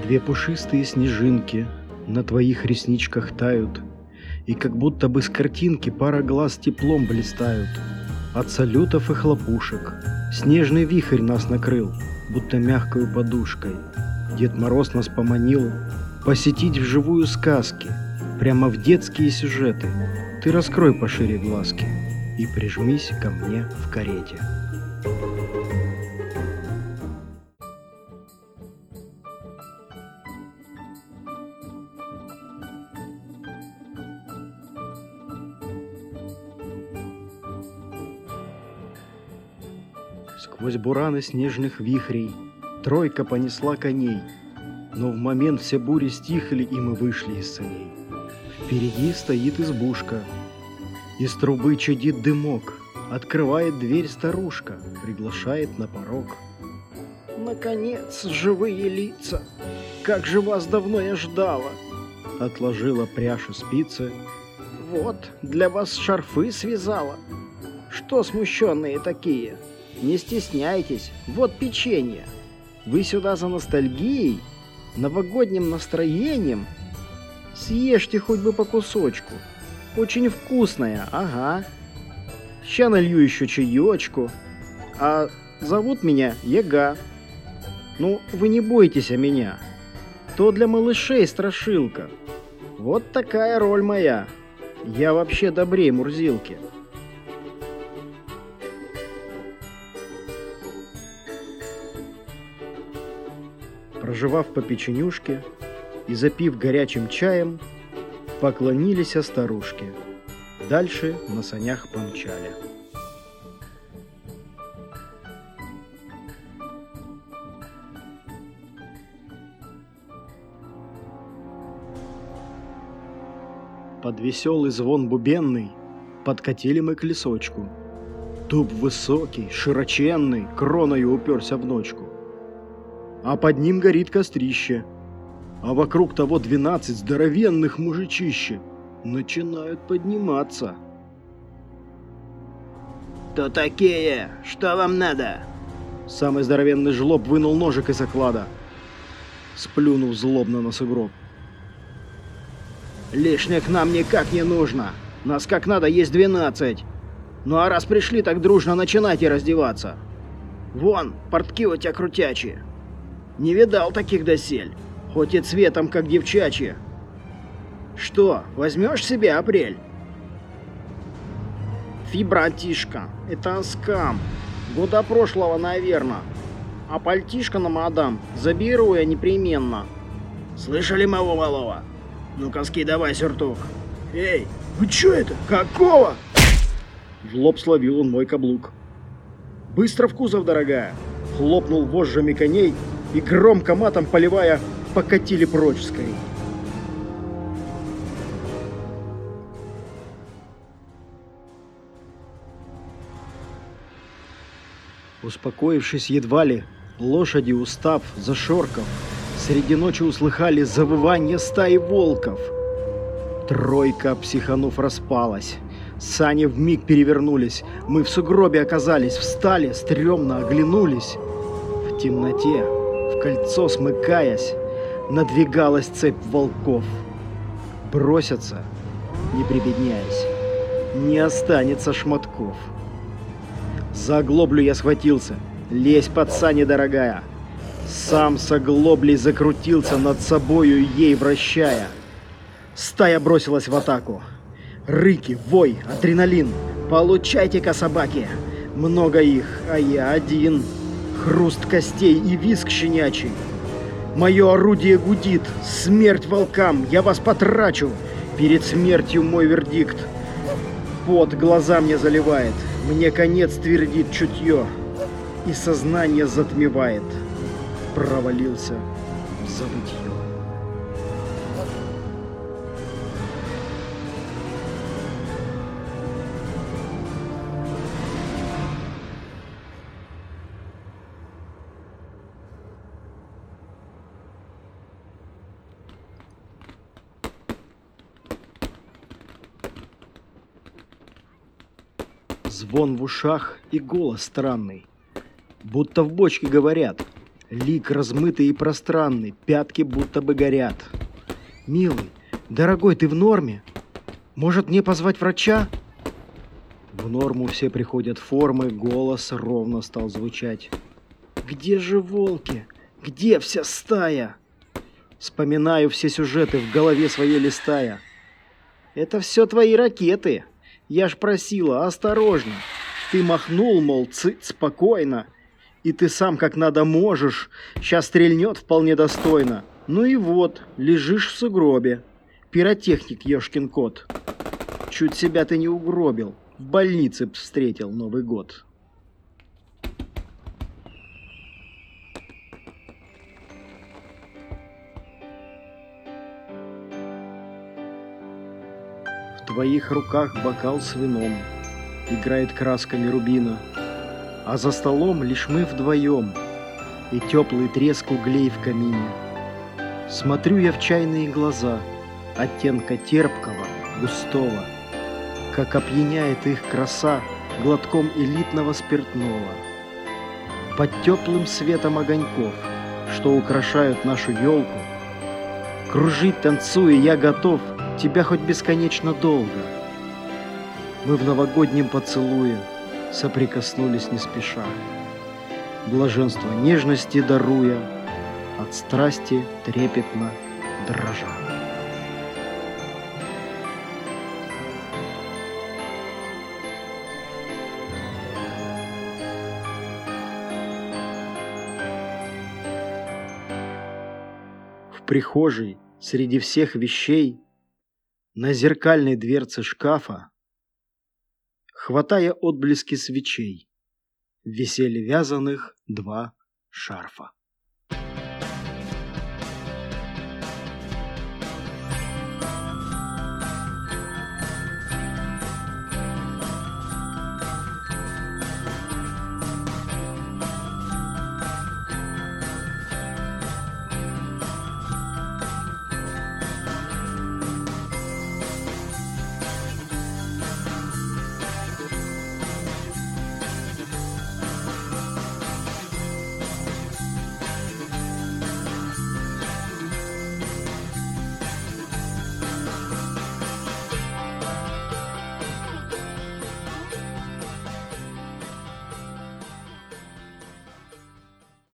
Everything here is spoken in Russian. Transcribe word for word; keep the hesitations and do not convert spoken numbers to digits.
Две пушистые снежинки на твоих ресничках тают, и как будто бы с картинки пара глаз теплом блистают. От салютов и хлопушек снежный вихрь нас накрыл, будто мягкою подушкой. Дед Мороз нас поманил посетить вживую сказки, прямо в детские сюжеты. Ты раскрой пошире глазки и прижмись ко мне в карете. Сквозь бураны снежных вихрей тройка понесла коней, но в момент все бури стихли, и мы вышли из саней. Впереди стоит избушка, из трубы чадит дымок, открывает дверь старушка, приглашает на порог. «Наконец, живые лица! Как же вас давно я ждала!» Отложила пряжу спицы. «Вот, для вас шарфы связала. Что смущенные такие? Не стесняйтесь, вот печенье. Вы сюда за ностальгией, новогодним настроением? Съешьте хоть бы по кусочку. Очень вкусная, ага. Ща налью еще чаечку. А зовут меня Яга. Ну, вы не бойтесь о меня. То для малышей страшилка. Вот такая роль моя. Я вообще добрее Мурзилки». Прожевав по печенюшке и запив горячим чаем, поклонились старушке. Дальше на санях помчали. Под веселый звон бубенный подкатили мы к лесочку. Дуб высокий, широченный, кроною уперся в ночку. А под ним горит кострище, а вокруг того двенадцать здоровенных мужичище начинают подниматься. «Кто такие? Что вам надо?» Самый здоровенный жлоб вынул ножик из оклада, сплюнув злобно на сугроб. «Лишних нам никак не нужно. Нас как надо есть двенадцать. Ну а раз пришли так дружно, начинайте раздеваться. Вон, портки у тебя крутячие. Не видал таких досель, хоть и цветом, как девчачьи. Что, возьмешь себе, Апрель?» «Фи, братишка, это скам. Года прошлого, наверное. А пальтишко на мадам заберу я непременно». «Слышали моего малого? Ну-ка, давай сюртук». «Эй, вы чё это? Какого?» Жлоб словил он мой каблук. «Быстро в кузов, дорогая!» Хлопнул вожжами коней и, громко матом поливая, покатили прочь скорей. Успокоившись едва ли, лошади, устав, зашоркав, среди ночи услыхали завывание стаи волков. Тройка, психанув, распалась. Сани вмиг перевернулись. Мы в сугробе оказались, встали, стрёмно оглянулись. В темноте, в кольцо смыкаясь, надвигалась цепь волков. Бросятся, не прибедняясь, не останется шматков. За оглоблю я схватился. Лезь под сани, дорогая. Сам с оглоблей закрутился, над собою ей вращая. Стая бросилась в атаку. Рыки, вой, адреналин. Получайте-ка, собаки. Много их, а я один. Хруст костей и визг щенячий. Мое орудие гудит. Смерть волкам, я вас потрачу. Перед смертью мой вердикт. Пот глаза мне заливает. Мне конец твердит чутье. И сознание затмевает. Провалился в забытье. Звон в ушах и голос странный, будто в бочке говорят: Лик размытый и пространный, пятки будто бы горят. «Милый, дорогой, ты в норме? Может, мне позвать врача?» В норму все приходят формы, голос ровно стал звучать. «Где же волки? Где вся стая?» Вспоминаю все сюжеты, в голове своей листая. «Это все твои ракеты. Я ж просила, осторожно. Ты махнул, мол, цыц, спокойно. И ты сам как надо можешь. Сейчас стрельнет вполне достойно. Ну и вот, лежишь в сугробе. Пиротехник, ешкин кот. Чуть себя ты не угробил. В больнице б встретил Новый год». В твоих руках бокал с вином играет красками рубина, а за столом лишь мы вдвоем и теплый треск углей в камине. Смотрю я в чайные глаза оттенка терпкого, густого, как опьяняет их краса глотком элитного спиртного. Под теплым светом огоньков, что украшают нашу елку, кружить, танцуя, я готов тебя хоть бесконечно долго. Мы в новогоднем поцелуе соприкоснулись не спеша, блаженство нежности даруя, от страсти трепетно дрожа. В прихожей среди всех вещей на зеркальной дверце шкафа, хватая отблески свечей, висели вязаных два шарфа.